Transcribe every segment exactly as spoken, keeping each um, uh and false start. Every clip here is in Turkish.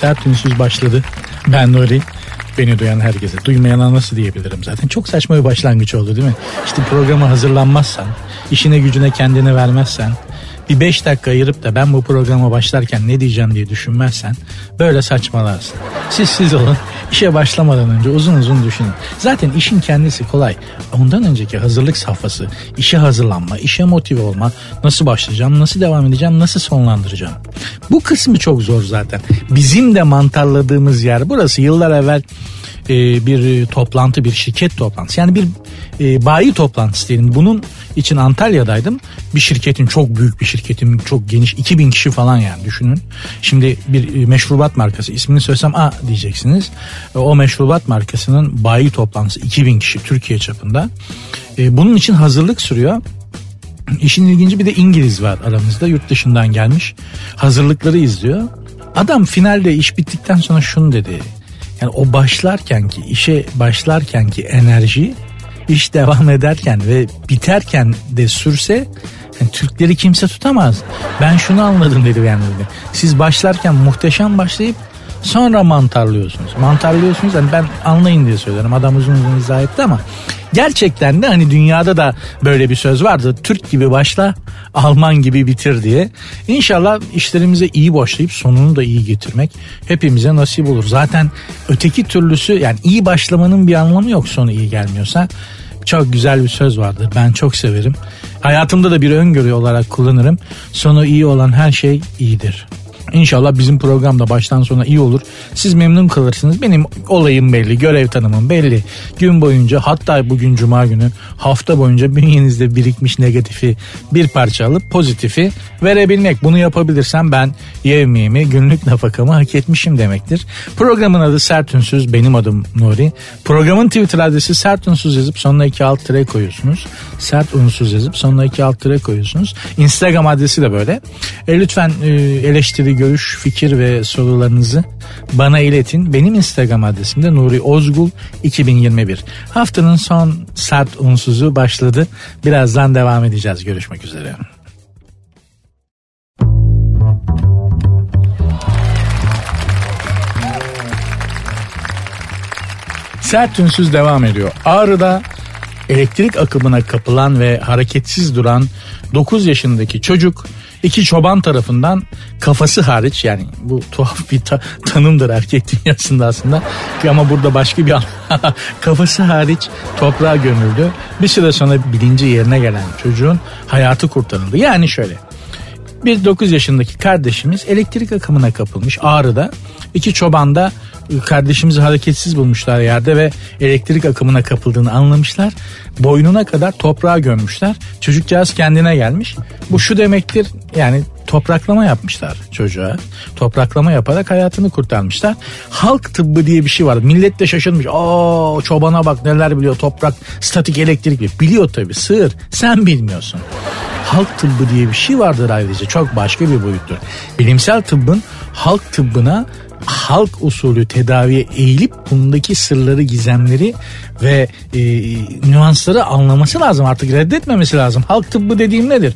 Sert Ünsüz başladı. Ben Nuri. Beni duyan herkese, duymayana nasıl diyebilirim zaten. Çok saçma bir başlangıç oldu değil mi? İşte programa hazırlanmazsan, işine gücüne kendini vermezsen, bir beş dakika ayırıp da ben bu programa başlarken ne diyeceğim diye düşünmezsen böyle saçmalarsın. Siz siz olun, işe başlamadan önce uzun uzun düşünün. Zaten işin kendisi kolay. Ondan önceki hazırlık safhası, işe hazırlanma, işe motive olma, nasıl başlayacağım, nasıl devam edeceğim, nasıl sonlandıracağım. Bu kısmı çok zor zaten. Bizim de mantarladığımız yer burası. Yıllar evvel e, bir toplantı, bir şirket toplantısı. Yani bir e, bayi toplantısı diyelim. Bunun için Antalya'daydım. Bir şirketin, çok büyük bir şirketin, çok geniş, iki bin kişi falan yani düşünün. Şimdi bir meşrubat markası, ismini söylesem a diyeceksiniz. O meşrubat markasının bayi toplantısı, iki bin kişi Türkiye çapında. E, bunun için hazırlık sürüyor. İşin ilginci bir de İngiliz var aramızda, yurt dışından gelmiş. Hazırlıkları izliyor. Adam finalde iş bittikten sonra şunu dedi. Yani o başlarken ki, işe başlarken ki enerji, iş devam ederken ve biterken de sürse, yani Türkleri kimse tutamaz. Ben şunu anladım dedi yani. Siz başlarken muhteşem başlayıp sonra mantarlıyorsunuz. Mantarlıyorsunuz yani, ben anlayın diye söylüyorum. Adam uzun uzun izah etti ama gerçekten de hani dünyada da böyle bir söz vardı. Türk gibi başla, Alman gibi bitir diye. İnşallah işlerimize iyi başlayıp sonunu da iyi getirmek hepimize nasip olur. Zaten öteki türlüsü, yani iyi başlamanın bir anlamı yok sonu iyi gelmiyorsa. Çok güzel bir söz vardır. Ben çok severim. Hayatımda da bir öngörü olarak kullanırım. Sonu iyi olan her şey iyidir. İnşallah bizim programda baştan sona iyi olur. Siz memnun kalırsınız. Benim olayım belli, görev tanımım belli. Gün boyunca, hatta bugün cuma günü, hafta boyunca bünyenizde birikmiş negatifi bir parça alıp pozitifi verebilmek. Bunu yapabilirsem ben yevmiyemi, günlük nafakamı hak etmişim demektir. Programın adı Sert Ünsüz, benim adım Nuri. Programın Twitter adresi Sert Ünsüz yazıp sonuna iki alt tire koyuyorsunuz. Sert Ünsüz yazıp sonuna iki alt tire koyuyorsunuz. Instagram adresi de böyle. E, lütfen e, eleştiri, görüş, fikir ve sorularınızı bana iletin. Benim Instagram adresim de Nuri Ozgul iki bin yirmi bir. Haftanın son Sert Ünsüzü başladı. Birazdan devam edeceğiz. Görüşmek üzere. Sert Ünsüz devam ediyor. Ağrı'da elektrik akımına kapılan ve hareketsiz duran dokuz yaşındaki çocuk iki çoban tarafından kafası hariç, yani bu tuhaf bir ta- tanımdır erkek dünyasında aslında ama burada başka bir kafası hariç toprağa gömüldü. Bir süre sonra bilinci yerine gelen çocuğun hayatı kurtarıldı. Yani şöyle, bir dokuz yaşındaki kardeşimiz elektrik akımına kapılmış Ağrı'da. İki çoban da kardeşimizi hareketsiz bulmuşlar yerde ve elektrik akımına kapıldığını anlamışlar. Boynuna kadar toprağa gömmüşler. Çocukcağız kendine gelmiş. Bu şu demektir, yani topraklama yapmışlar çocuğa. Topraklama yaparak hayatını kurtarmışlar. Halk tıbbı diye bir şey var. Millet de şaşırmış. Aa, çobana bak neler biliyor, toprak, statik elektrik biliyor. Biliyor tabii, sığır. Sen bilmiyorsun. Halk tıbbı diye bir şey vardır ayrıca. Çok başka bir boyuttur. Bilimsel tıbbın halk tıbbına, halk usulü tedaviye eğilip bundaki sırları, gizemleri ve e, nüansları anlaması lazım. Artık reddetmemesi lazım. Halk tıbbı dediğim nedir?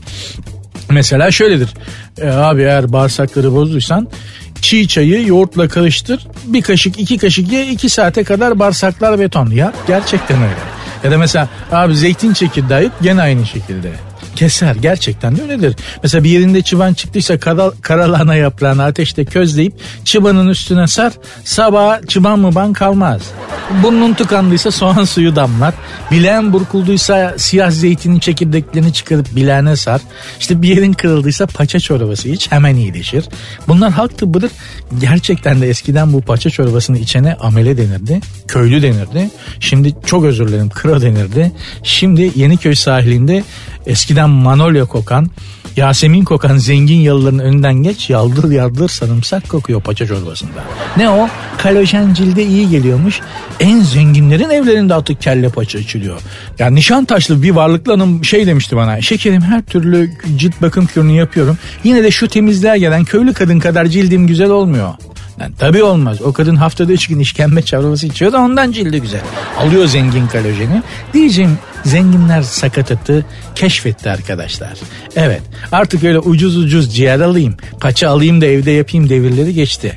Mesela şöyledir. E, abi eğer bağırsakları bozduysan çiğ çayı yoğurtla karıştır. Bir kaşık, iki kaşık ye, iki saate kadar bağırsaklar beton. Ya gerçekten öyle. Ya da mesela abi zeytin çekirdeği gene aynı şekilde keser. Gerçekten de öyledir. Mesela bir yerinde çıban çıktıysa kara, karalahana yaprağını ateşte közleyip çıbanın üstüne sar. Sabah çıban mı ban kalmaz. Burnun tıkandıysa soğan suyu damlat. Bileğin burkulduysa siyah zeytinin çekirdeklerini çıkarıp bileğine sar. İşte bir yerin kırıldıysa paça çorbası iç, hemen iyileşir. Bunlar halk tıbbıdır. Gerçekten de eskiden bu paça çorbasını içene amele denirdi. Köylü denirdi. Şimdi çok özür dilerim, kro denirdi. Şimdi Yeniköy sahilinde eskiden manolya kokan, Yasemin kokan zengin yalıların önünden geç, yaldır yaldır sarımsak kokuyor paça çorbasında. Ne o? Kolajen cilde iyi geliyormuş. En zenginlerin evlerinde artık kelle paça içiliyor. Yani Nişantaşlı bir varlıklı hanım şey demişti bana. Şekerim, her türlü cilt bakım kürünü yapıyorum. Yine de şu temizliğe gelen köylü kadın kadar cildim güzel olmuyor. Yani tabii olmaz. O kadın haftada üç gün işkembe çorbası içiyor da ondan cildi güzel. Alıyor zengin kolajeni. Diyeceğim, zenginler sakatatı keşfetti arkadaşlar. Evet, artık öyle ucuz ucuz ciğer alayım, paça alayım da evde yapayım devirleri geçti.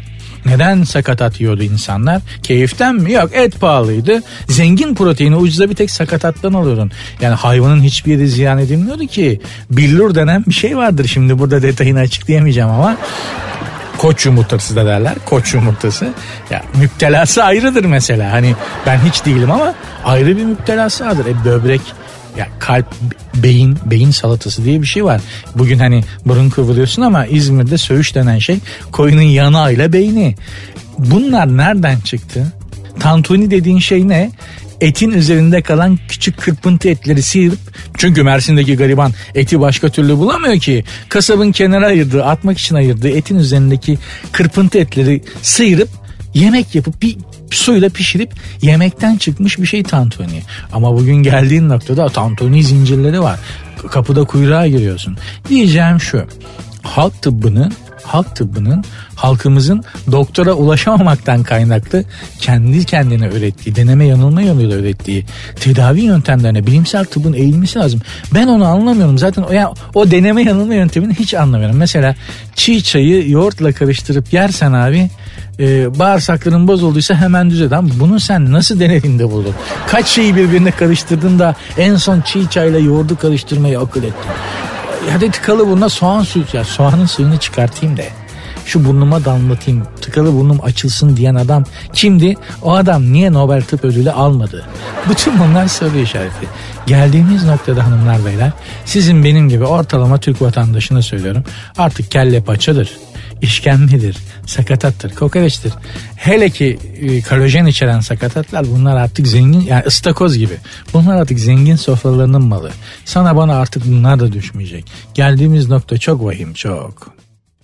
Neden sakatat yiyordu insanlar? Keyiften mi? Yok, et pahalıydı. Zengin proteini ucuza bir tek sakatattan alıyordun. Yani hayvanın hiçbir yeri ziyan edilmiyordu ki. Billur denen bir şey vardır. Şimdi burada detayını açıklayamayacağım ama koç yumurtası da derler. Koç yumurtası. Ya müptelası ayrıdır mesela. Hani ben hiç değilim ama ayrı bir müptelası vardır. E böbrek, ya kalp, beyin, beyin salatası diye bir şey var. Bugün hani burun kıvırıyorsun ama İzmir'de söğüş denen şey koyunun yanağıyla beyni. Bunlar nereden çıktı? Tantuni dediğin şey ne? Etin üzerinde kalan küçük kırpıntı etleri sıyırıp, çünkü Mersin'deki gariban eti başka türlü bulamıyor ki, kasabın kenara ayırdığı, atmak için ayırdığı etin üzerindeki kırpıntı etleri sıyırıp yemek yapıp bir suyla pişirip yemekten çıkmış bir şey tantuni. Ama bugün geldiğin noktada tantuni zincirleri var. Kapıda kuyruğa giriyorsun. Diyeceğim şu: halk tıbbının halk tıbbının halkımızın doktora ulaşamamaktan kaynaklı kendi kendine ürettiği, deneme yanılma yoluyla ürettiği tedavi yöntemlerine bilimsel tıbbın eğilmesi lazım. Ben onu anlamıyorum. Zaten o, yani, o deneme yanılma yöntemini hiç anlamıyorum. Mesela çiğ çayı yoğurtla karıştırıp yersen abi, e, bağırsakların bozulduysa hemen düzelt. Ama bunu sen nasıl denediğinde buldun? Kaç şeyi birbirine karıştırdın da en son çiğ çayla yoğurdu karıştırmayı akıl ettin? Hadi tıkalı burnuna soğan suyu, ya soğanın suyunu çıkartayım da şu burnuma damlatayım, tıkalı burnum açılsın diyen adam kimdi? O adam niye Nobel Tıp Ödülü almadı? Bütün bunlar soru işareti. Geldiğimiz noktada hanımlar beyler, sizin benim gibi ortalama Türk vatandaşına söylüyorum, artık kelle paçadır, işkembedir, sakatattır, kokoreçtir. Hele ki e, kolajen içeren sakatatlar, bunlar artık zengin, yani ıstakoz gibi. Bunlar artık zengin sofralarının malı. Sana bana artık bunlar da düşmeyecek. Geldiğimiz nokta çok vahim, çok.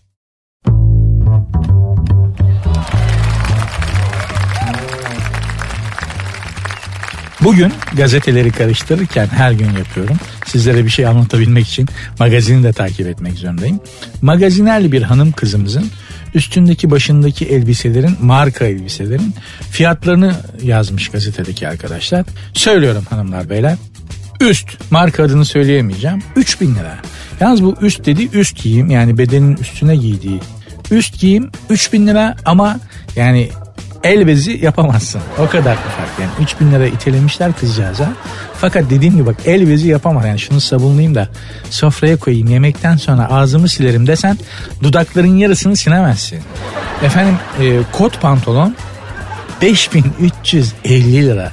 Bugün gazeteleri karıştırırken, her gün yapıyorum, sizlere bir şey anlatabilmek için magazini de takip etmek zorundayım. Magazinerli bir hanım kızımızın üstündeki başındaki elbiselerin, marka elbiselerin fiyatlarını yazmış gazetedeki arkadaşlar. Söylüyorum hanımlar beyler. Üst, marka adını söyleyemeyeceğim, üç bin lira. Yalnız bu üst dediği üst giyim, yani bedenin üstüne giydiği üst giyim üç bin lira ama yani el bezi yapamazsın. O kadar bir fark yani. üç bin lira itelemişler kızcağıza. Fakat dediğim gibi bak, el bezi yapamaz. Yani şunu sabunlayayım da sofraya koyayım, yemekten sonra ağzımı silerim desen dudakların yarısını silemezsin. Efendim e, kot pantolon beş bin üç yüz elli lira.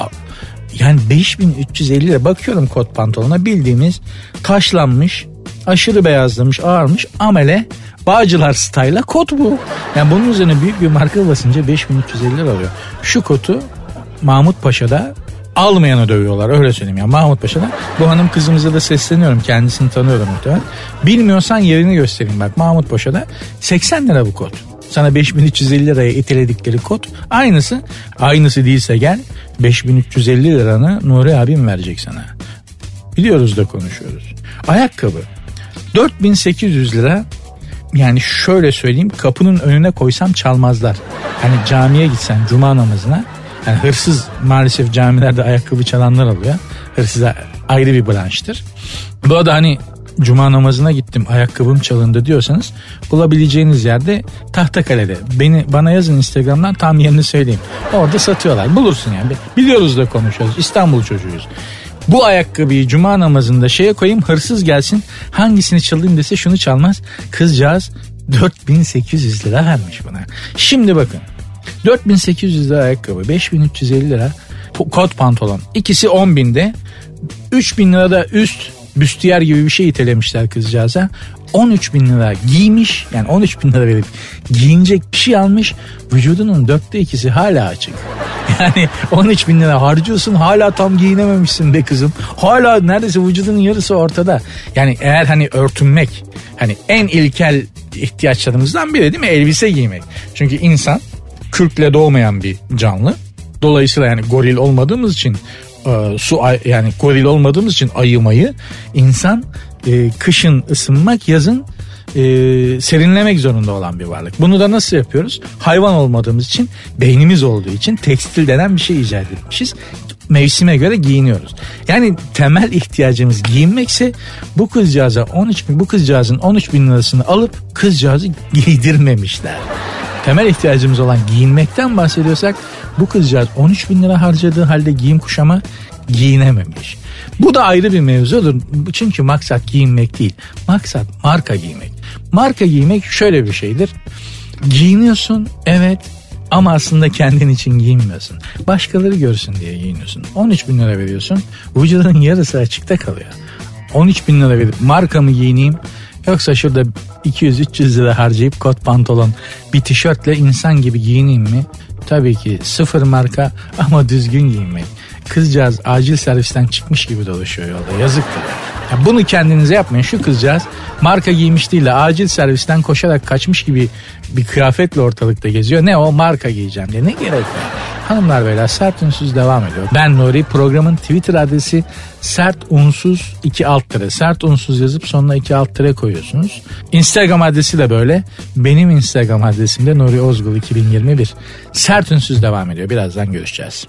Yani beş bin üç yüz elli lira. Bakıyorum kot pantolona, bildiğimiz taşlanmış, aşırı beyazlamış, ağarmış amele Bağcılar style'a kot bu. Yani bunun üzerine büyük bir marka basınca beş bin üç yüz elli lira alıyor. Şu kotu Mahmut Paşa'da almayana dövüyorlar, öyle söyleyeyim ya. Mahmut Paşa'da. Bu hanım kızımıza da sesleniyorum, kendisini tanıyorum muhtemelen. Bilmiyorsan yerini göstereyim bak, Mahmut Paşa'da seksen lira bu kot. Sana beş bin üç yüz elli liraya iteledikleri kot aynısı. Aynısı değilse gel, beş bin üç yüz elli liranı Nuri abim verecek sana. Biliyoruz da konuşuyoruz. Ayakkabı dört bin sekiz yüz lira. Yani şöyle söyleyeyim, kapının önüne koysam çalmazlar. Hani camiye gitsen cuma namazına, yani hırsız, maalesef camilerde ayakkabı çalanlar oluyor. Hırsıza ayrı bir branştır. Bu da hani cuma namazına gittim, ayakkabım çalındı diyorsanız bulabileceğiniz yerde Tahtakale'de. Beni bana yazın Instagram'dan, tam yerini söyleyeyim. Orada satıyorlar. Bulursun yani. Biliyoruz da konuşuyoruz. İstanbul çocuğuyuz. Bu ayakkabıyı cuma namazında şeye koyayım, hırsız gelsin hangisini çalayım dese şunu çalmaz. Kızcağız dört bin sekiz yüz lira vermiş buna. Şimdi bakın, dört bin sekiz yüz lira ayakkabı, beş bin üç yüz elli lira kot pantolon, ikisi on binde, üç bin lira da üst büstiyer gibi bir şey itelemişler kızcağıza. on üç bin lira giymiş, yani on üç bin lira verip giyinecek bir şey almış, vücudunun dörtte ikisi hala açık. Yani on üç bin lira harcıyorsun, hala tam giyinememişsin be kızım. Hala neredeyse vücudunun yarısı ortada. Yani eğer hani örtünmek, hani en ilkel ihtiyaçlarımızdan biri değil mi? Elbise giymek. Çünkü insan kürkle doğmayan bir canlı. Dolayısıyla yani goril olmadığımız için, e, su yani goril olmadığımız için ayımayı, insan e, kışın ısınmak, yazın e, serinlemek zorunda olan bir varlık. Bunu da nasıl yapıyoruz? Hayvan olmadığımız için, beynimiz olduğu için tekstil denen bir şey icat etmişiz. Mevsime göre giyiniyoruz. Yani temel ihtiyacımız giyinmekse, bu kızcağıza on üç bin, bu kızcağızın on üç bin lirasını alıp kızcağızı giydirmemişler. temel ihtiyacımız olan giyinmekten bahsediyorsak bu kızcağız on üç bin lira harcadığı halde giyim kuşama giyinememiş. Bu da ayrı bir mevzudur. Çünkü maksat giyinmek değil. Maksat marka giymek. Marka giymek şöyle bir şeydir. Giyiniyorsun, evet, ama aslında kendin için giyinmiyorsun. Başkaları görsün diye giyiniyorsun. on üç bin lira veriyorsun. Vücudunun yarısı açıkta kalıyor. on üç bin lira verip marka mı giyineyim, yoksa şurada iki yüz üç yüz lira harcayıp kot pantolon, bir tişörtle insan gibi giyineyim mi? Tabii ki sıfır marka ama düzgün giyinmek. Kızcağız acil servisten çıkmış gibi dolaşıyor yolda. Yazıktır. Ya bunu kendinize yapmayın. Şu kızcağız marka giymiş değil de acil servisten koşarak kaçmış gibi bir kıyafetle ortalıkta geziyor. Ne o, marka giyeceğim diye. Ne gerek var? Hanımlar beyler, Sert Unsuz devam ediyor. Ben Nuri. Programın Twitter adresi Sert Unsuz iki alt tire. Sert Unsuz yazıp sonuna iki alt tire koyuyorsunuz. Instagram adresi de böyle. Benim Instagram adresim de Nuri Ozgul iki bin yirmi bir. Sert Unsuz devam ediyor. Birazdan görüşeceğiz.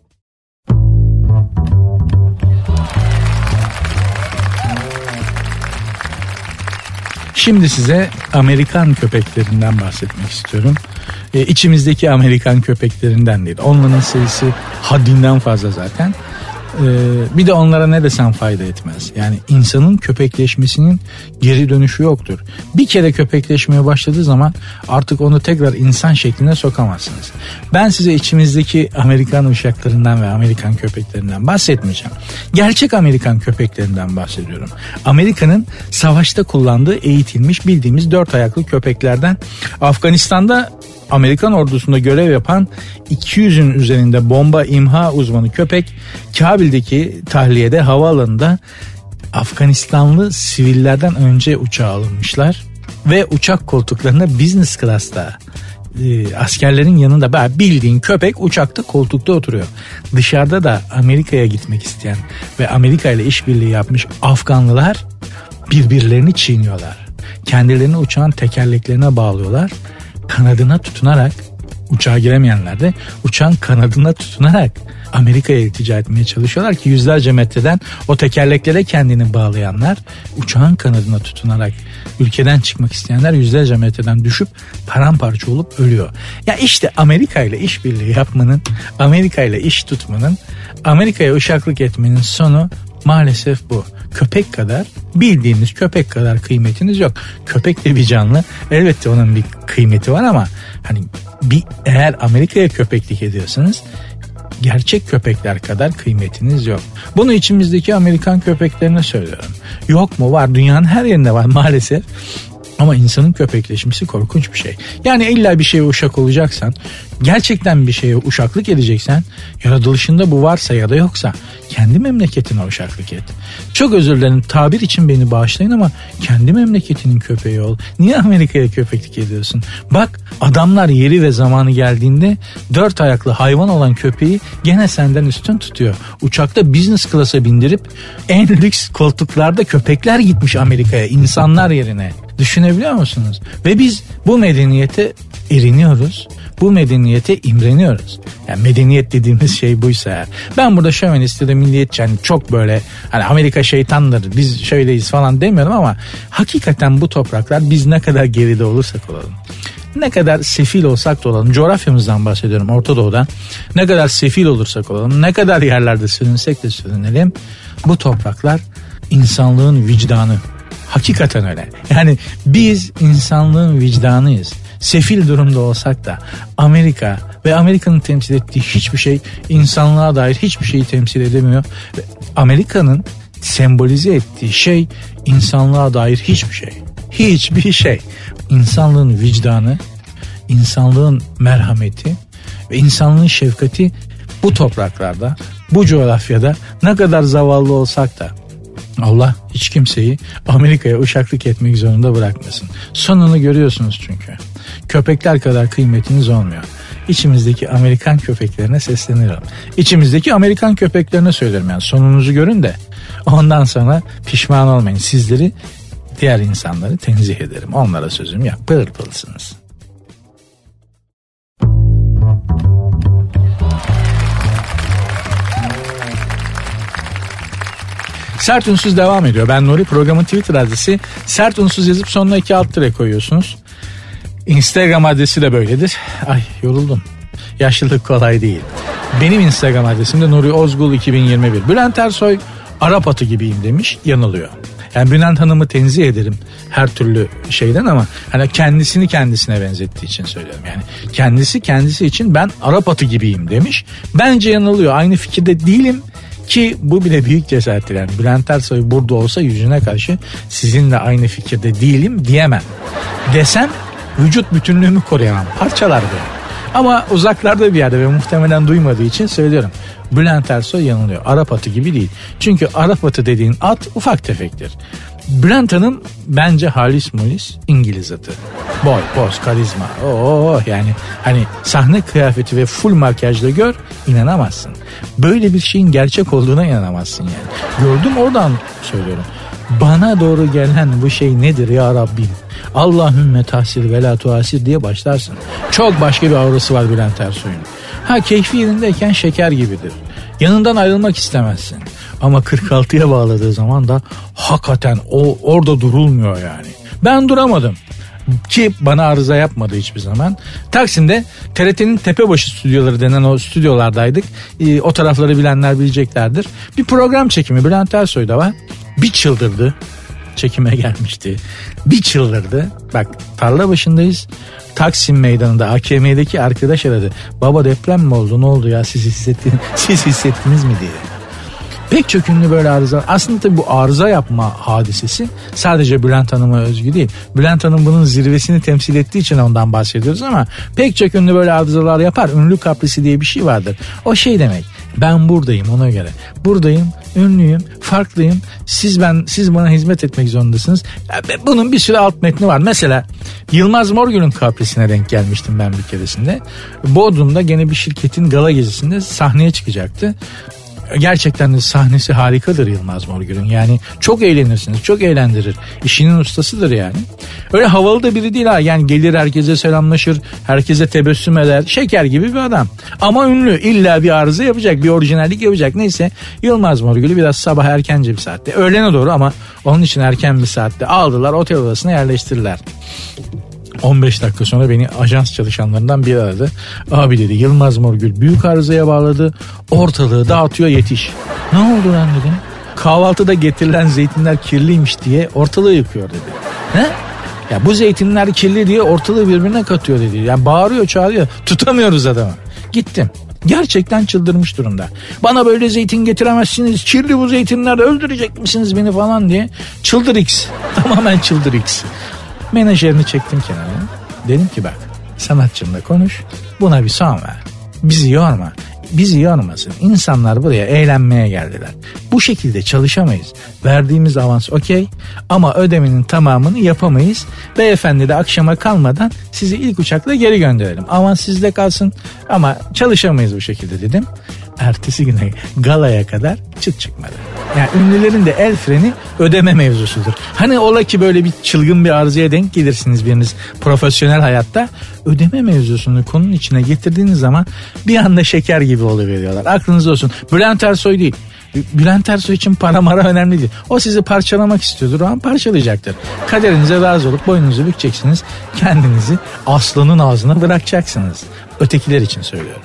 Şimdi size Amerikan köpeklerinden bahsetmek istiyorum. Ee, içimizdeki Amerikan köpeklerinden değil. Onların sayısı haddinden fazla zaten. Ee, bir de onlara ne desem fayda etmez. Yani insanın köpekleşmesinin geri dönüşü yoktur. Bir kere köpekleşmeye başladığı zaman artık onu tekrar insan şekline sokamazsınız. Ben size içimizdeki Amerikan uşaklarından ve Amerikan köpeklerinden bahsetmeyeceğim. Gerçek Amerikan köpeklerinden bahsediyorum. Amerika'nın savaşta kullandığı eğitilmiş bildiğimiz dört ayaklı köpeklerden. Afganistan'da Amerikan ordusunda görev yapan iki yüzün üzerinde bomba imha uzmanı köpek Kabil'deki tahliyede havaalanında Afganistanlı sivillerden önce uçağa alınmışlar ve uçak koltuklarında business class'ta e, askerlerin yanında bildiğin köpek uçakta koltukta oturuyor. Dışarıda da Amerika'ya gitmek isteyen ve Amerika ile işbirliği yapmış Afganlılar birbirlerini çiğniyorlar. Kendilerini uçağın tekerleklerine bağlıyorlar. Kanadına tutunarak, uçağa giremeyenler de uçağın kanadına tutunarak Amerika'ya iltica etmeye çalışıyorlar ki yüzlerce metreden o tekerleklere kendini bağlayanlar uçağın kanadına tutunarak ülkeden çıkmak isteyenler yüzlerce metreden düşüp paramparça olup ölüyor. Ya işte Amerika ile işbirliği yapmanın, Amerika ile iş tutmanın, Amerika'ya uşaklık etmenin sonu maalesef bu. Köpek kadar, bildiğiniz köpek kadar kıymetiniz yok. Köpek de bir canlı. Elbette onun bir kıymeti var ama hani bir eğer Amerika'ya köpeklik ediyorsanız gerçek köpekler kadar kıymetiniz yok. Bunu içimizdeki Amerikan köpeklerine söylüyorum. Yok mu? Var. Dünyanın her yerinde var maalesef. Ama insanın köpekleşmesi korkunç bir şey. Yani illa bir şeye uşak olacaksan, gerçekten bir şeye uşaklık edeceksen, yaratılışında bu varsa ya da yoksa kendi memleketine uşaklık et. Çok özür dilerim, tabir için beni bağışlayın ama kendi memleketinin köpeği ol. Niye Amerika'ya köpeklik ediyorsun? Bak, adamlar yeri ve zamanı geldiğinde dört ayaklı hayvan olan köpeği gene senden üstün tutuyor. Uçakta business class'a bindirip en lüks koltuklarda köpekler gitmiş Amerika'ya, insanlar yerine. Düşünebiliyor musunuz? Ve biz bu medeniyete eriniyoruz. Bu medeniyete imreniyoruz. Yani medeniyet dediğimiz şey buysa eğer. Ben burada şövenist ya da milliyetçi, yani çok böyle hani Amerika şeytandır, biz şöyleyiz falan demiyorum ama hakikaten bu topraklar, biz ne kadar geride olursak olalım, ne kadar sefil olsak da olalım, coğrafyamızdan bahsediyorum, Orta Doğu'dan, ne kadar sefil olursak olalım, ne kadar yerlerde sürünsek de sürünelim, bu topraklar insanlığın vicdanı. Hakikaten öyle. Yani biz insanlığın vicdanıyız. Sefil durumda olsak da Amerika ve Amerika'nın temsil ettiği hiçbir şey insanlığa dair hiçbir şeyi temsil edemiyor. Ve Amerika'nın sembolize ettiği şey insanlığa dair hiçbir şey. Hiçbir şey. İnsanlığın vicdanı, insanlığın merhameti ve insanlığın şefkati bu topraklarda, bu coğrafyada ne kadar zavallı olsak da Allah hiç kimseyi Amerika'ya uşaklık etmek zorunda bırakmasın. Sonunu görüyorsunuz çünkü. Köpekler kadar kıymetiniz olmuyor. İçimizdeki Amerikan köpeklerine sesleniyorum. İçimizdeki Amerikan köpeklerine söylerim, yani sonunuzu görün de ondan sonra pişman olmayın. Sizleri, diğer insanları tenzih ederim. Onlara sözüm yok. Pırıl pırılsınız. Sert Unsuz devam ediyor. Ben Nuri. Programın Twitter adresi Sert Unsuz yazıp sonuna iki alt tire koyuyorsunuz. Instagram adresi de böyledir. Ay yoruldum. Yaşlılık kolay değil. Benim Instagram adresim de Nuri Ozgul iki bin yirmi bir. Bülent Ersoy Arap atı gibiyim demiş, yanılıyor. Yani Bülent Hanım'ı tenzih ederim her türlü şeyden ama hani kendisini kendisine benzettiği için söylüyorum. Yani kendisi kendisi için ben Arap atı gibiyim demiş. Bence yanılıyor. Aynı fikirde değilim ki bu bile büyük cesarettir. Yani Bülent Ersoy burada olsa yüzüne karşı sizinle aynı fikirde değilim diyemem. Desem vücut bütünlüğümü koruyamam. Parçalar beni. Ama uzaklarda bir yerde ve muhtemelen duymadığı için söylüyorum. Bülent Ersoy yanılıyor. Arap atı gibi değil. Çünkü Arap atı dediğin at ufak tefektir. Bülent Hanım bence halis mulis İngiliz atı. Boy, poz, karizma. Oo, yani hani sahne kıyafeti ve full makyajla gör, inanamazsın. Böyle bir şeyin gerçek olduğuna inanamazsın yani. Gördüm, oradan söylüyorum. Bana doğru gelen bu şey nedir ya Rabbim? Allahümme tahsil ve la tuasir diye başlarsın. Çok başka bir aurası var Bülent Ersoy'un. Ha, keyfi yerindeyken şeker gibidir. Yanından ayrılmak istemezsin. Ama kırk altıya bağladığı zaman da hakikaten o orada durulmuyor yani. Ben duramadım. Ki bana arıza yapmadı hiçbir zaman. Taksim'de T R T'nin Tepebaşı stüdyoları denen o stüdyolardaydık. Ee, o tarafları bilenler bileceklerdir. Bir program çekimi Bülent Ersoy'da var. Bir çıldırdı. Çekime gelmişti. Bir çıldırdı. Bak, tarla başındayız. Taksim meydanında A K M'deki arkadaş aradı. Baba deprem mi oldu, ne oldu ya, siz hissettiniz, siz hissettiniz mi diye. Pek çok ünlü böyle arıza. Aslında tabii bu arıza yapma hadisesi sadece Bülent Hanım'a özgü değil. Bülent Hanım bunun zirvesini temsil ettiği için ondan bahsediyoruz ama pek çok ünlü böyle arızalar yapar. Ünlü kaprisi diye bir şey vardır. O şey demek. Ben buradayım, ona göre. Buradayım, ünlüyüm, farklıyım. Siz ben siz bana hizmet etmek zorundasınız. Bunun bir sürü alt metni var. Mesela Yılmaz Morgül'ün kaprisine denk gelmiştim ben bir keresinde. Bodrum'da gene bir şirketin gala gezisinde sahneye çıkacaktı. Gerçekten de sahnesi harikadır Yılmaz Morgül'ün. Yani çok eğlenirsiniz, çok eğlendirir. İşinin ustasıdır yani. Öyle havalı da biri değil ha. Yani gelir herkese selamlaşır, herkese tebessüm eder. Şeker gibi bir adam. Ama ünlü, illa bir arıza yapacak, bir orijinallik yapacak. Neyse, Yılmaz Morgül'ü biraz sabah erkence bir saatte, öğlene doğru ama onun için erken bir saatte aldılar, otel odasına yerleştirdiler. on beş dakika sonra beni ajans çalışanlarından biri aradı. Abi dedi, Yılmaz Morgül büyük arızaya bağladı. Ortalığı dağıtıyor, yetiş. Ne oldu lan dedim. Kahvaltıda getirilen zeytinler kirliymiş diye ortalığı yıkıyor dedi. Ne? Ya bu zeytinler kirli diye ortalığı birbirine katıyor dedi. Yani bağırıyor, çağırıyor. Tutamıyoruz adamı. Gittim. Gerçekten çıldırmış durumda. Bana böyle zeytin getiremezsiniz. Kirli bu zeytinler, öldürecek misiniz beni falan diye. Çıldır X. Tamamen çıldır X. Menajerini çektim kenara. Dedim ki bak, sanatçınla konuş, buna bir son ver. Bizi yorma. Bizi yormasın. İnsanlar buraya eğlenmeye geldiler. Bu şekilde çalışamayız. Verdiğimiz avans okey ama ödemenin tamamını yapamayız. Beyefendi de akşama kalmadan sizi ilk uçakla geri gönderelim. Avans sizde kalsın ama çalışamayız bu şekilde dedim. Ertesi güne galaya kadar çıt çıkmadı. Yani ünlülerin de el freni ödeme mevzusudur. Hani ola ki böyle bir çılgın bir arızaya denk gelirsiniz biriniz profesyonel hayatta. Ödeme mevzusunu konunun içine getirdiğiniz zaman bir anda şeker gibi oluveriyorlar. Aklınızda olsun. Bülent Ersoy değil. Bülent Ersoy için para mara önemli değil. O sizi parçalamak istiyordur, o an parçalayacaktır. Kaderinize razı olup boynunuzu bükeceksiniz. Kendinizi aslanın ağzına bırakacaksınız. Ötekiler için söylüyorum.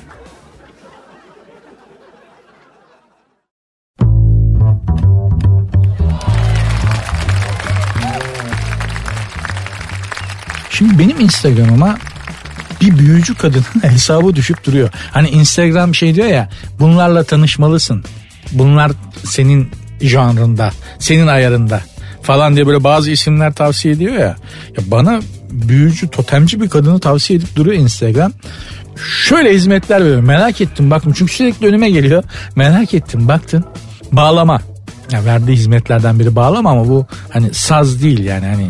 Şimdi benim Instagram'ıma bir büyücü kadının hesabı düşüp duruyor. Hani Instagram şey diyor ya, bunlarla tanışmalısın. Bunlar senin janrında, senin ayarında falan diye böyle bazı isimler tavsiye ediyor ya. Ya bana büyücü, totemci bir kadını tavsiye edip duruyor Instagram. Şöyle hizmetler veriyor. Merak ettim, baktım çünkü sürekli önüme geliyor. Merak ettim, baktın. Bağlama. Ya verdiği hizmetlerden biri bağlama ama bu hani saz değil yani hani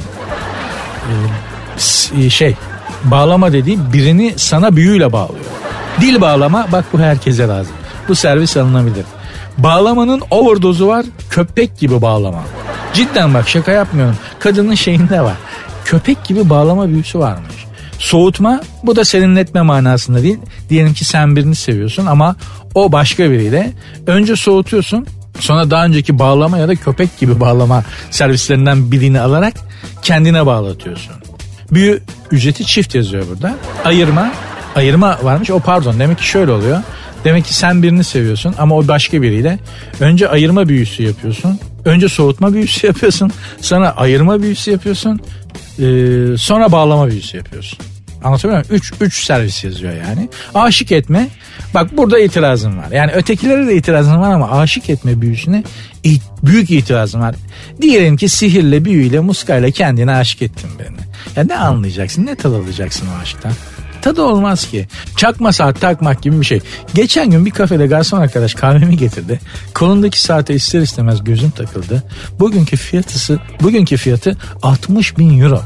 e, şey bağlama dediği birini sana büyüyle bağlıyor. Dil bağlama, bak bu herkese lazım. Bu servis alınabilir. Bağlamanın overdose'u var, köpek gibi bağlama. Cidden bak, şaka yapmıyorum. Kadının şeyinde var. Köpek gibi bağlama büyüsü varmış. Soğutma, bu da serinletme manasında değil. Diyelim ki sen birini seviyorsun ama o başka biriyle. Önce soğutuyorsun, sonra daha önceki bağlama ya da köpek gibi bağlama servislerinden birini alarak kendine bağlatıyorsun. Büyü ücreti çift yazıyor burada. Ayırma, ayırma varmış. O pardon demek ki şöyle oluyor. Demek ki sen birini seviyorsun ama o başka biriyle. Önce ayırma büyüsü yapıyorsun. Önce soğutma büyüsü yapıyorsun. Sonra ayırma büyüsü yapıyorsun. Ee, sonra bağlama büyüsü yapıyorsun. Anlatabiliyor muyum? Üç, üç servis yazıyor yani. Aşık etme. Bak burada itirazım var. Yani ötekilere de itirazım var ama aşık etme büyüsüne büyük itirazım var. Diyelim ki sihirle, büyüyle, muskayla kendine aşık ettin birini. Ya ne anlayacaksın? Ne tad alacaksın o aşktan? Tadı olmaz ki. Çakma saat takmak gibi bir şey. Geçen gün bir kafede garson arkadaş kahvemi getirdi. Kolundaki saate ister istemez gözüm takıldı. Bugünkü fiyatı, bugünkü fiyatı altmış bin euro.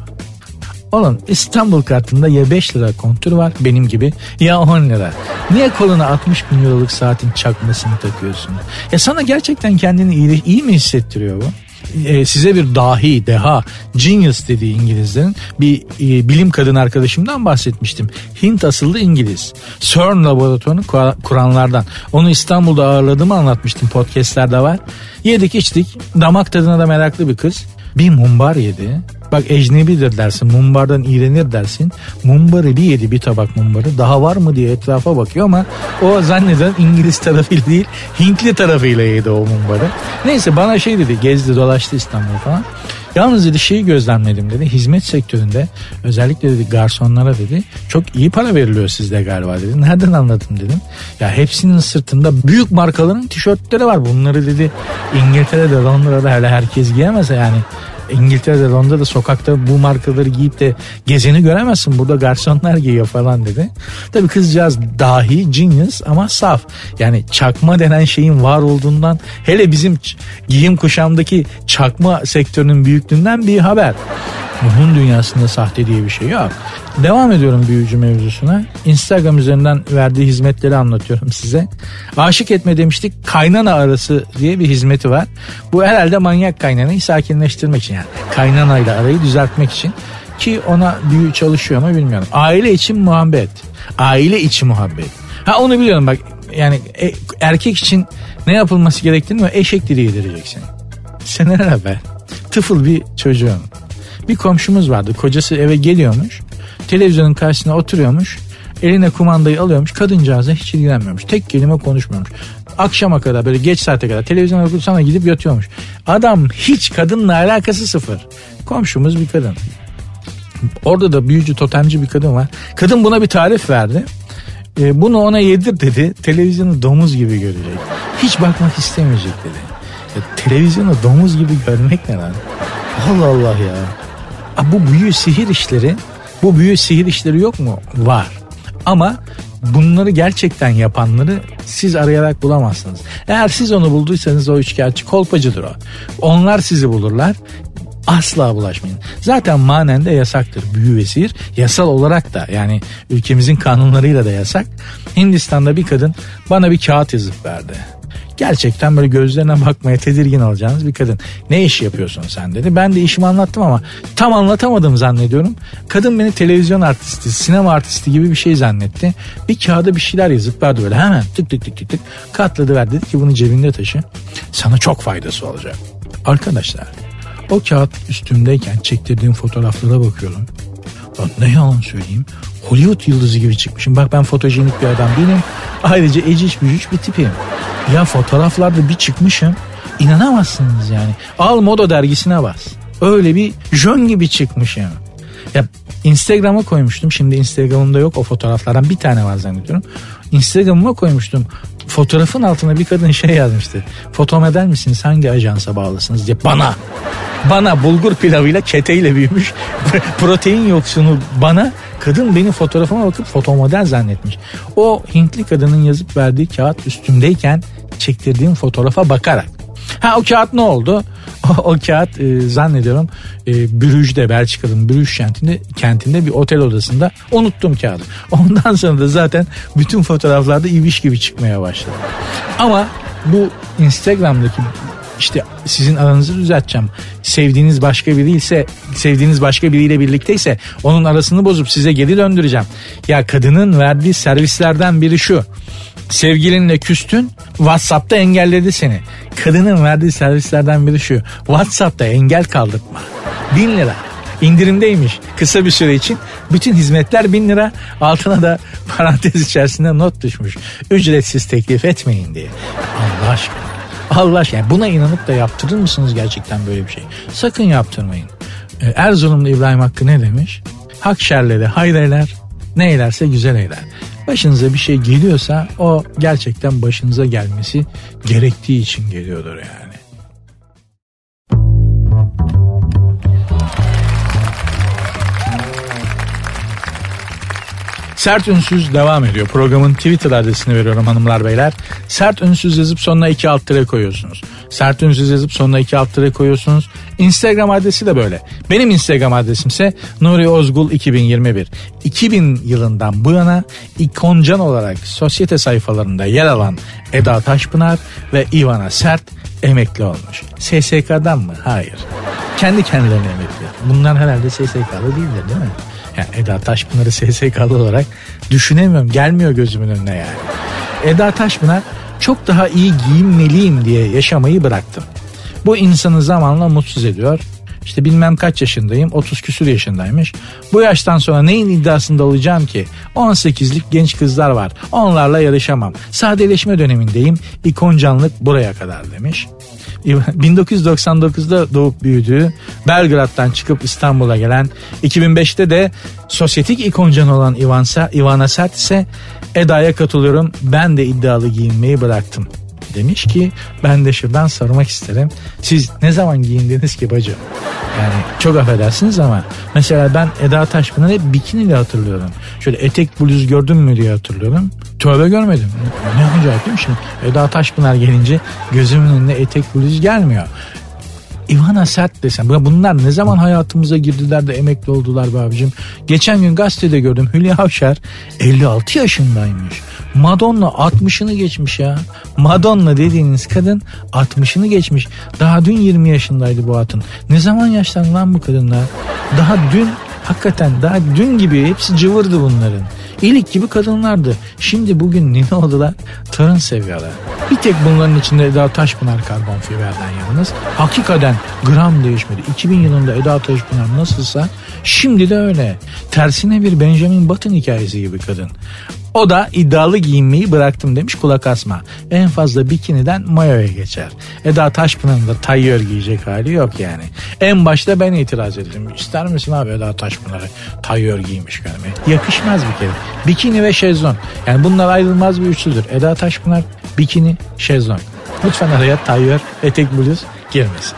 Oğlum İstanbul kartında ya beş lira kontür var benim gibi ya on lira. Niye koluna altmış bin euroluk saatin çakmasını takıyorsun? Ya sana gerçekten kendini iyi, iyi mi hissettiriyor bu? Ee, size bir dahi, deha, genius dediği İngilizlerin bir e, bilim kadın arkadaşımdan bahsetmiştim. Hint asıllı İngiliz. CERN laboratuvarını kuranlardan. Onu İstanbul'da ağırladığımı anlatmıştım, podcastlerde var. Yedik içtik, damak tadına da meraklı bir kız. Bir mumbar yedi. Bak ecnebidir dersin, mumbardan iğrenir dersin. Mumbarı bir yedi, bir tabak mumbarı. Daha var mı diye etrafa bakıyor ama o zanneden İngiliz tarafıyla değil Hintli tarafıyla yedi o mumbarı. Neyse bana şey dedi, gezdi dolaştı İstanbul falan. Yalnız dedi şeyi gözlemledim dedi, hizmet sektöründe özellikle dedi garsonlara dedi çok iyi para veriliyor sizde galiba dedi. Nereden anladım dedim. Ya hepsinin sırtında büyük markaların tişörtleri var, bunları dedi İngiltere'de, Londra'da hele herkes giyemez yani. İngiltere'de, Londra'da sokakta bu markaları giyip de gezeni göremezsin. Burada garsonlar giyiyor falan dedi. Tabii kızcağız dahi, genius ama saf. Yani çakma denen şeyin var olduğundan, hele bizim giyim kuşamdaki çakma sektörünün büyüklüğünden bir haber. Ruhun dünyasında sahte diye bir şey yok. Devam ediyorum büyücü mevzusuna. Instagram üzerinden verdiği hizmetleri anlatıyorum size. Aşık etme demiştik. Kaynana arası diye bir hizmeti var. Bu herhalde manyak kaynanayı sakinleştirmek için yani. Kaynanayla arayı düzeltmek için. Ki ona büyü çalışıyor mu bilmiyorum. Aile için muhabbet. Aile içi muhabbet. Ha onu biliyorum bak. Yani e, erkek için ne yapılması gerektiğini eşek dili yedireceksin. Seneler evvel tıfıl bir çocuğun. Bir komşumuz vardı. Kocası eve geliyormuş. Televizyonun karşısına oturuyormuş. Eline kumandayı alıyormuş. Kadıncağıza hiç ilgilenmiyormuş. Tek kelime konuşmuyormuş. Akşama kadar böyle geç saate kadar televizyona bakıp sana gidip yatıyormuş. Adam hiç kadınla alakası sıfır. Komşumuz bir kadın. Orada da büyücü, totemci bir kadın var. Kadın buna bir tarif verdi. E, bunu ona yedir dedi. Televizyonu domuz gibi görecek. Hiç bakmak istemeyecek dedi. E, televizyonu domuz gibi görmek ne lan? Allah Allah ya. Bu büyü sihir işleri, bu büyü sihir işleri yok mu? Var. Ama bunları gerçekten yapanları siz arayarak bulamazsınız. Eğer siz onu bulduysanız o üçkağıtçı, kolpacıdır o. Onlar sizi bulurlar. Asla bulaşmayın. Zaten manen de yasaktır büyü ve sihir. Yasal olarak da yani ülkemizin kanunlarıyla da yasak. Hindistan'da bir kadın bana bir kağıt yazıp verdi. Gerçekten böyle gözlerine bakmaya tedirgin olacağınız bir kadın. Ne iş yapıyorsun sen dedi. Ben de işimi anlattım ama tam anlatamadım zannediyorum. Kadın beni televizyon artisti, sinema artisti gibi bir şey zannetti. Bir kağıda bir şeyler yazıp verdi böyle hemen tık tık tık tık tık katladı verdi. Dedi ki bunu cebinde taşı. Sana çok faydası olacak. Arkadaşlar o kağıt üstümdeyken çektirdiğim fotoğraflara bakıyorum. Bak ne yalan söyleyeyim. Hollywood yıldızı gibi çıkmışım. Bak ben fotojenik bir adam değilim. Ayrıca eciş bücüş bir tipim. Ya fotoğraflarda bir çıkmışım. İnanamazsınız yani. Al Moda dergisine bas. Öyle bir jön gibi çıkmışım. Ya Instagram'a koymuştum. Şimdi Instagram'ımda yok o fotoğraflardan bir tane var zannediyorum. Instagram'ıma koymuştum. Fotoğrafın altına bir kadın şey yazmıştı. Fotomodel misiniz? Hangi ajansa bağlısınız diye. Bana. Bana bulgur pilavıyla keteyle büyümüş. Protein yoksunu bana. Kadın benim fotoğrafıma bakıp fotomodel zannetmiş. O Hintli kadının yazıp verdiği kağıt üstümdeyken çektirdiğim fotoğrafa bakarak. Ha o kağıt ne oldu? O, o kağıt e, zannediyorum e, Brüj'de, Belçika'nın Brüj kentinde, kentinde bir otel odasında unuttum kağıdı. Ondan sonra da zaten bütün fotoğraflarda ibiş gibi çıkmaya başladı. Ama bu Instagram'daki işte sizin aranızı düzelteceğim. Sevdiğiniz başka biri ise, sevdiğiniz başka biriyle birlikteyse onun arasını bozup size geri döndüreceğim. Ya kadının verdiği servislerden biri şu. Sevgilinle küstün, WhatsApp'ta engelledi seni. Kadının verdiği servislerden biri şu. WhatsApp'ta engel kaldırtma. Bin lira. indirimdeymiş kısa bir süre için. Bütün hizmetler bin lira, altına da parantez içerisinde not düşmüş. Ücretsiz teklif etmeyin diye. Allah aşkına. Allah aşkına. Yani buna inanıp da yaptırır mısınız gerçekten böyle bir şey? Sakın yaptırmayın. Ee, Erzurumlu İbrahim Hakkı ne demiş? Hak şerleri hayreyler, ne eylerse güzel eyler. Başınıza bir şey geliyorsa o gerçekten başınıza gelmesi gerektiği için geliyordur yani. Sert Ünsüz devam ediyor. Programın Twitter adresini veriyorum hanımlar beyler. Sert Ünsüz yazıp sonuna iki alt tire koyuyorsunuz. Sert Ünsüz yazıp sonuna iki alt tire koyuyorsunuz. Instagram adresi de böyle. Benim Instagram adresimse Nuri Ozgul iki bin yirmi bir. iki bin yılından bu yana ikoncan olarak sosyete sayfalarında yer alan Eda Taşpınar ve Ivana Sert emekli olmuş. S S K'dan mı? Hayır. Kendi kendilerine emekli. Bunlar herhalde S S K'lı değildir değil mi? Yani Eda Taşpınar'ı S S K'lı olarak düşünemiyorum. Gelmiyor gözümün önüne yani. Eda Taşpınar çok daha iyi giyinmeliyim diye yaşamayı bıraktım. Bu insanı zamanla mutsuz ediyor. İşte bilmem kaç yaşındayım, otuz küsur yaşındaymış. Bu yaştan sonra neyin iddiasında olacağım ki? on sekizlik genç kızlar var. Onlarla yarışamam. Sadeleşme dönemindeyim. İkoncanlık buraya kadar demiş. bin dokuz yüz doksan dokuzda doğup büyüdüğü, Belgrad'dan çıkıp İstanbul'a gelen, iki bin beşte de sosyetik ikoncan olan Ivansa, Ivana Sert ise Eda'ya katılıyorum, ben de iddialı giyinmeyi bıraktım. Demiş ki ben de şuradan sormak isterim. Siz ne zaman giyindiniz ki bacım? Yani çok affedersiniz ama mesela ben Eda Taşpınar'ı hep bikiniyle hatırlıyorum. Şöyle etek bluz gördüm mü diye hatırlıyorum. Tövbe görmedim. Ne acayip değil mi şimdi? Eda Taşpınar gelince gözümün önüne etek bluz gelmiyor. Ivana Sert desem. Bunlar ne zaman hayatımıza girdiler de emekli oldular be abicim. Geçen gün gazetede gördüm. Hülya Avşar elli altı yaşındaymış. Madonna altmışını geçmiş ya. Madonna dediğiniz kadın altmışını geçmiş. Daha dün yirmi yaşındaydı bu hatun. Ne zaman yaşlandı lan bu kadınlar? Daha dün, hakikaten daha dün gibi hepsi cıvırdı bunların. İlik gibi kadınlardı. Şimdi bugün ne oldular? Torun seviyorlar. Bir tek bunların içinde Eda Taşpınar karbon fiberden yalnız. Hakikaten gram değişmedi. iki bin yılında Eda Taşpınar nasılsa şimdi de öyle. Tersine bir Benjamin Button hikayesi gibi kadın. O da iddialı giyinmeyi bıraktım demiş, kulak asma. En fazla bikiniden mayoya geçer. Eda Taşpınar'ın da tayyör giyecek hali yok yani. En başta ben itiraz ettim. İster misin abi Eda Taşpınar'ı tayyör giymiş görmeyi? Yakışmaz bir kere. Bikini ve şezlong. Yani bunlar ayrılmaz bir üçlüdür. Eda Taşpınar, bikini, şezlong. Lütfen araya tayyör, etek bluz girmesin.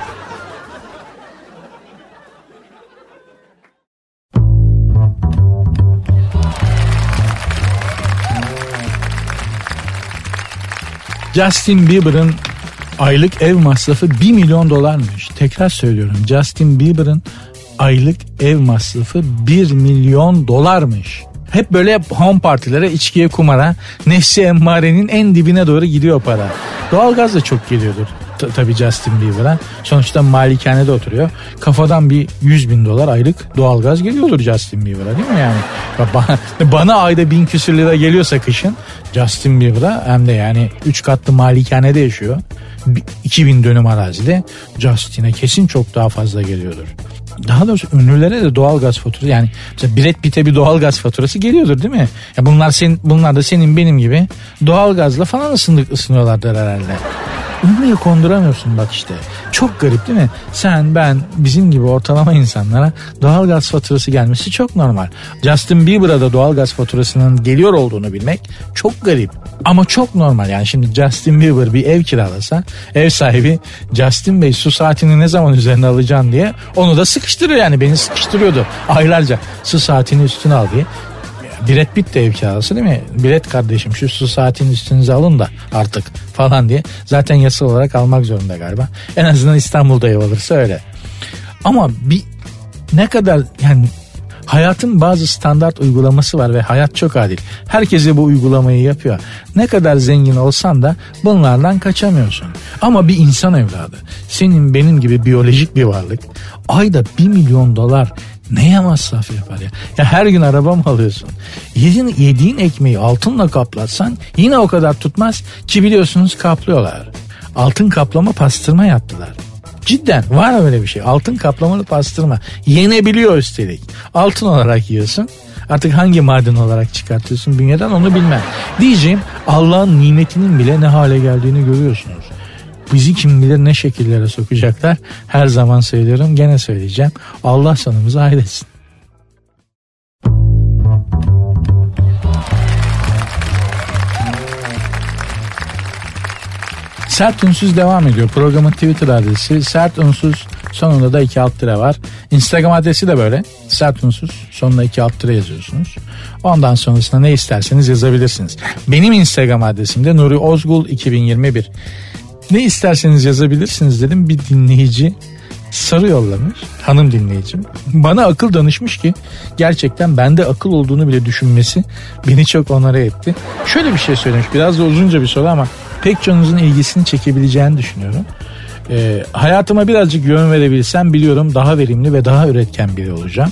Justin Bieber'ın aylık ev masrafı bir milyon dolarmış. Tekrar söylüyorum. Justin Bieber'ın aylık ev masrafı bir milyon dolarmış. Hep böyle home partilere, içkiye, kumara, nefsi emmarenin en dibine doğru gidiyor para. Doğalgaz da çok geliyordur T- tabii Justin Bieber'a. Sonuçta malikanede oturuyor. Kafadan bir yüz bin dolar aylık doğalgaz geliyordur Justin Bieber'a, değil mi yani? Bana, bana ayda bin küsür lira geliyorsa kışın, Justin Bieber'a hem de yani üç katlı malikanede yaşıyor. iki bin dönüm arazide, Justin'e kesin çok daha fazla geliyordur. Daha doğrusu ünlülere de doğalgaz faturası, yani mesela Brad Pitt'e bir doğalgaz faturası geliyordur değil mi? Ya bunlar senin, bunlar da senin benim gibi doğalgazla falan ısındık, ısınıyorlardır herhalde. Ünlüye konduramıyorsun bak işte. Çok garip değil mi? Sen, ben, bizim gibi ortalama insanlara doğalgaz faturası gelmesi çok normal. Justin Bieber'a da doğalgaz faturasının geliyor olduğunu bilmek çok garip. Ama çok normal. Yani şimdi Justin Bieber bir ev kiralasa, ev sahibi Justin Bey su saatini ne zaman üzerine alacaksın diye onu da sıkıştırıyor, yani beni sıkıştırıyordu aylarca, su saatini üstüne al diye. Brad Pitt de ev kirası değil mi? Brad kardeşim şu su saatinin üstünüze alın da artık falan diye. Zaten yasal olarak almak zorunda galiba. En azından İstanbul'da ev alırsa öyle. Ama bir ne kadar yani hayatın bazı standart uygulaması var ve hayat çok adil. Herkese bu uygulamayı yapıyor. Ne kadar zengin olsan da bunlardan kaçamıyorsun. Ama bir insan evladı, senin benim gibi biyolojik bir varlık, ayda bir milyon dolar neye masraf yapar ya? Ya her gün araba mı alıyorsun? Yediğin, yediğin ekmeği altınla kaplatsan yine o kadar tutmaz ki, biliyorsunuz kaplıyorlar. Altın kaplama pastırma yaptılar. Cidden var öyle bir şey. Altın kaplamalı pastırma. Yenebiliyor üstelik. Altın olarak yiyorsun. Artık hangi maden olarak çıkartıyorsun bünyeden onu bilmem. Diyeceğim, Allah'ın nimetinin bile ne hale geldiğini görüyorsunuz. Bizi kim bilir ne şekillere sokacaklar. Her zaman söylüyorum, gene söyleyeceğim. Allah sonumuzu hayretsin. Sert Unsuz devam ediyor. Programın Twitter adresi Sert Unsuz, sonunda da iki alt tire var. Instagram adresi de böyle. Sert Unsuz, sonuna iki alt tire yazıyorsunuz. Ondan sonrasında ne isterseniz yazabilirsiniz. Benim Instagram adresim de Nuri Ozgul iki bin yirmi bir. Ne isterseniz yazabilirsiniz dedim. Bir dinleyici sarı yollamış, hanım dinleyicim. Bana akıl danışmış ki gerçekten bende akıl olduğunu bile düşünmesi beni çok onore etti. Şöyle bir şey söylemiş, biraz da uzunca bir soru ama pek çoğunuzun ilgisini çekebileceğini düşünüyorum. Ee, hayatıma birazcık yön verebilsem biliyorum daha verimli ve daha üretken biri olacağım.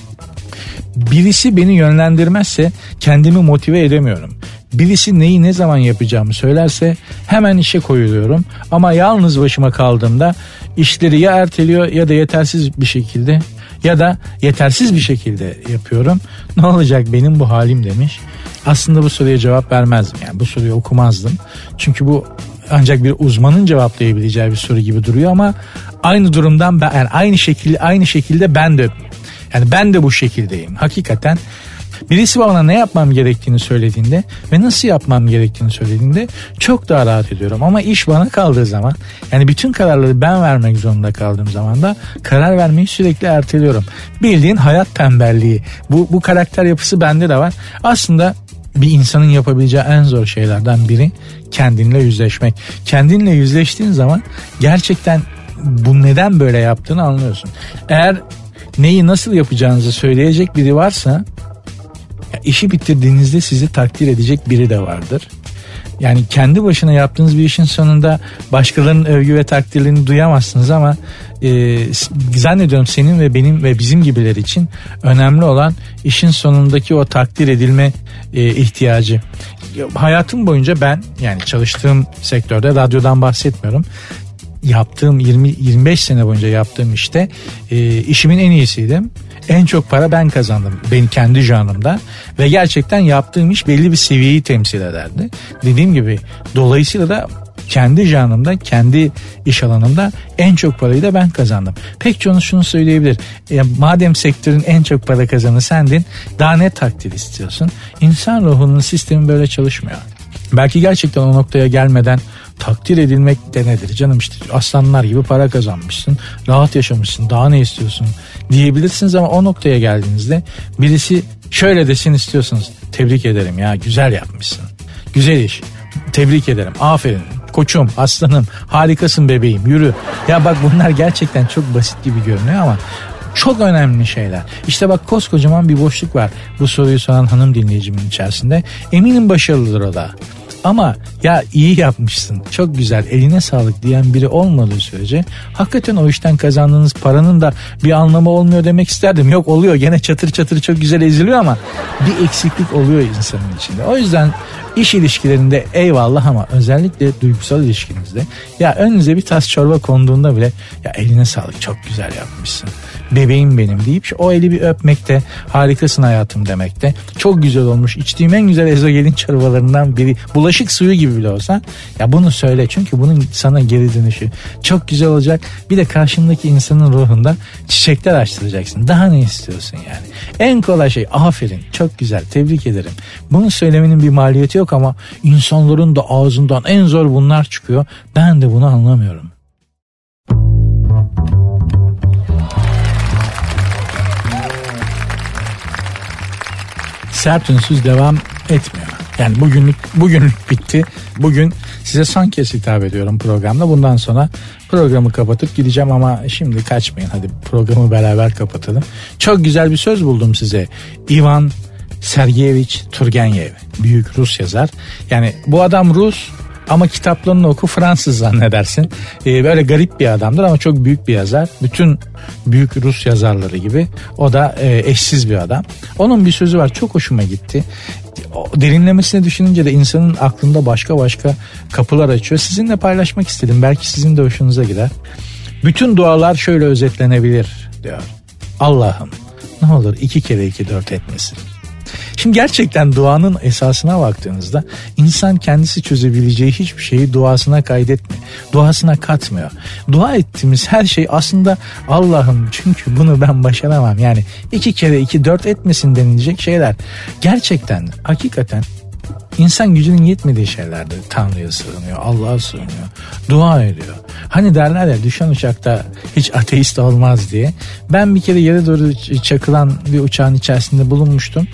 Birisi beni yönlendirmezse kendimi motive edemiyorum. Birisi neyi ne zaman yapacağımı söylerse hemen işe koyuluyorum. Ama yalnız başıma kaldığımda işleri ya erteliyor ya da yetersiz bir şekilde ya da yetersiz bir şekilde yapıyorum. Ne olacak benim bu halim demiş. Aslında bu soruya cevap vermezdim. Yani bu soruyu okumazdım. Çünkü bu ancak bir uzmanın cevaplayabileceği bir soru gibi duruyor ama aynı durumdan ben, yani aynı şekilde aynı şekilde ben de yani ben de bu şekildeyim. Hakikaten birisi bana ne yapmam gerektiğini söylediğinde ve nasıl yapmam gerektiğini söylediğinde çok daha rahat ediyorum. Ama iş bana kaldığı zaman, yani bütün kararları ben vermek zorunda kaldığım zaman da karar vermeyi sürekli erteliyorum. Bildiğin hayat tembelliği. Bu, bu karakter yapısı bende de var. Aslında bir insanın yapabileceği en zor şeylerden biri kendinle yüzleşmek. Kendinle yüzleştiğin zaman gerçekten bu neden böyle yaptığını anlıyorsun. Eğer neyi nasıl yapacağınızı söyleyecek biri varsa, işi bitirdiğinizde sizi takdir edecek biri de vardır. Yani kendi başına yaptığınız bir işin sonunda başkalarının övgü ve takdirlerini duyamazsınız ama e, zannediyorum senin ve benim ve bizim gibiler için önemli olan işin sonundaki o takdir edilme e, ihtiyacı. Hayatım boyunca ben, yani çalıştığım sektörde, radyodan bahsetmiyorum, yaptığım yirmi yirmi beş sene boyunca yaptığım işte e, işimin en iyisiydim. En çok para ben kazandım benim kendi janrımda ve gerçekten yaptığım iş belli bir seviyeyi temsil ederdi. Dediğim gibi dolayısıyla da kendi janrımda, kendi iş alanımda en çok parayı da ben kazandım. Pek çoğunuz şunu söyleyebilir. E, madem sektörün en çok para kazanı sendin, daha ne takdir istiyorsun? İnsan ruhunun sistemi böyle çalışmıyor. Belki gerçekten o noktaya gelmeden takdir edilmek de nedir canım, işte aslanlar gibi para kazanmışsın, rahat yaşamışsın, daha ne istiyorsun diyebilirsiniz ama o noktaya geldiğinizde birisi şöyle desin istiyorsunuz: tebrik ederim ya, güzel yapmışsın, güzel iş, tebrik ederim, aferin koçum, aslanım, harikasın bebeğim, yürü. Ya bak, bunlar gerçekten çok basit gibi görünüyor ama çok önemli şeyler. İşte bak, koskocaman bir boşluk var bu soruyu soran hanım dinleyicimin içerisinde. Eminim başarılıdır o da. Ama ya iyi yapmışsın, çok güzel, eline sağlık diyen biri olmadığı sürece hakikaten o işten kazandığınız paranın da bir anlamı olmuyor demek isterdim. Yok, oluyor, gene çatır çatır çok güzel eziliyor ama bir eksiklik oluyor insanın içinde. O yüzden iş ilişkilerinde eyvallah ama özellikle duygusal ilişkinizde ya önünüze bir tas çorba konduğunda bile ya eline sağlık, çok güzel yapmışsın, bebeğim benim deyip o eli bir öpmekte, harikasın hayatım demekte, çok güzel olmuş, içtiğim en güzel ezogelin çorbalarından biri, bulaşık suyu gibi bile olsa ya bunu söyle, çünkü bunun sana geri dönüşü çok güzel olacak. Bir de karşındaki insanın ruhunda çiçekler açtıracaksın. Daha ne istiyorsun yani? En kolay şey aferin, çok güzel, tebrik ederim. Bunu söylemenin bir maliyeti yok ama insanların da ağzından en zor bunlar çıkıyor. Ben de bunu anlamıyorum. Sert Unsuz devam etmiyor. Yani bugünlük bugünlük bitti. Bugün size son kez hitap ediyorum programda. Bundan sonra programı kapatıp gideceğim ama şimdi kaçmayın. Hadi programı beraber kapatalım. Çok güzel bir söz buldum size. Ivan Sergeyevich Turgenev, büyük Rus yazar. Yani bu adam Rus ama kitaplarını oku Fransız zannedersin. Ee, böyle garip bir adamdır ama çok büyük bir yazar. Bütün büyük Rus yazarları gibi. O da e, eşsiz bir adam. Onun bir sözü var, çok hoşuma gitti. O derinlemesine düşününce de insanın aklında başka başka kapılar açıyor. Sizinle paylaşmak istedim. Belki sizin de hoşunuza gider. Bütün dualar şöyle özetlenebilir diyor. Allah'ım ne olur iki kere iki dört etmesin. Şimdi gerçekten duanın esasına baktığınızda insan kendisi çözebileceği hiçbir şeyi duasına kaydetmiyor. Duasına katmıyor. Dua ettiğimiz her şey aslında Allah'ım çünkü bunu ben başaramam. Yani iki kere iki dört etmesin denilecek şeyler. Gerçekten hakikaten İnsan gücünün yetmediği şeylerde Tanrı'ya sığınıyor, Allah'a sığınıyor, dua ediyor. Hani derler ya düşen uçakta hiç ateist olmaz diye. Ben bir kere yere doğru çakılan bir uçağın içerisinde bulunmuştum.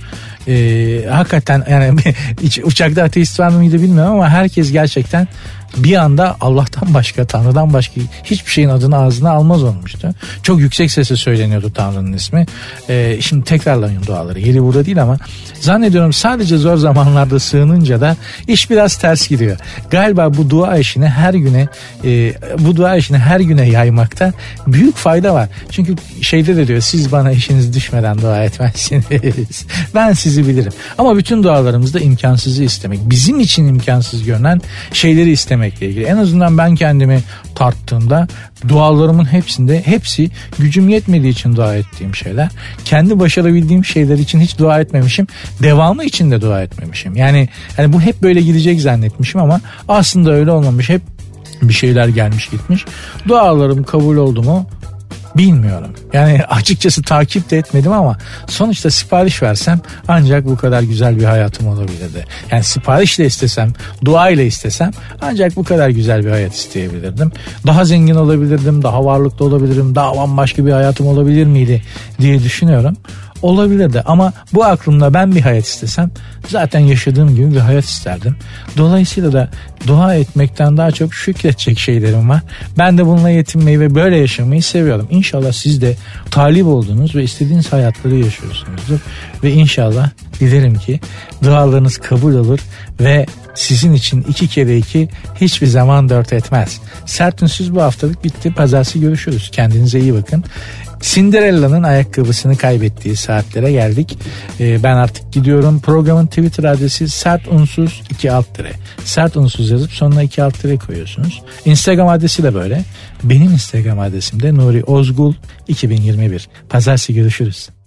Ee, hakikaten yani uçakta ateist var mıydı bilmiyorum ama herkes gerçekten bir anda Allah'tan başka, Tanrı'dan başka hiçbir şeyin adını ağzına almaz olmuştu. Çok yüksek sesle söyleniyordu Tanrı'nın ismi. Ee, şimdi tekrarlayın duaları. Yeri burada değil ama zannediyorum sadece zor zamanlarda sığınınca da iş biraz ters gidiyor. Galiba bu dua işini her güne e, bu dua işini her güne yaymakta büyük fayda var. Çünkü şeyde de diyor siz bana işiniz düşmeden dua etmezsiniz. Ben sizi bilirim. Ama bütün dualarımızda imkansızı istemek. Bizim için imkansız görünen şeyleri istemek. İlgili. En azından ben kendimi tarttığımda dualarımın hepsinde hepsi gücüm yetmediği için dua ettiğim şeyler. Kendi başarabildiğim şeyler için hiç dua etmemişim. Devamı için de dua etmemişim. Yani, yani bu hep böyle gidecek zannetmişim ama aslında öyle olmamış. Hep bir şeyler gelmiş gitmiş. Dualarım kabul oldu mu? Bilmiyorum. Yani açıkçası takip de etmedim ama sonuçta sipariş versem ancak bu kadar güzel bir hayatım olabilirdi. Yani siparişle istesem, duayla istesem ancak bu kadar güzel bir hayat isteyebilirdim. Daha zengin olabilirdim, daha varlıklı olabilirim, daha bambaşka bir hayatım olabilir miydi diye düşünüyorum. Olabilirdi ama bu aklımda ben bir hayat istesem zaten yaşadığım gibi bir hayat isterdim. Dolayısıyla da dua etmekten daha çok şükredecek şeylerim var. Ben de bununla yetinmeyi ve böyle yaşamayı seviyorum. İnşallah siz de talip olduğunuz ve istediğiniz hayatları yaşıyorsunuzdur. Ve inşallah dilerim ki dualarınız kabul olur ve sizin için iki kere iki hiçbir zaman dört etmez. Sert Ünsüz bu haftalık bitti. Pazartesi görüşürüz. Kendinize iyi bakın. Cinderella'nın ayakkabısını kaybettiği saatlere geldik. Ee, ben artık gidiyorum. Programın Twitter adresi sert unsuz iki alt tire. Sert unsuz yazıp sonuna iki alt tire koyuyorsunuz. Instagram adresi de böyle. Benim Instagram adresim de Nuri Ozgul iki bin yirmi bir. Pazartesi görüşürüz.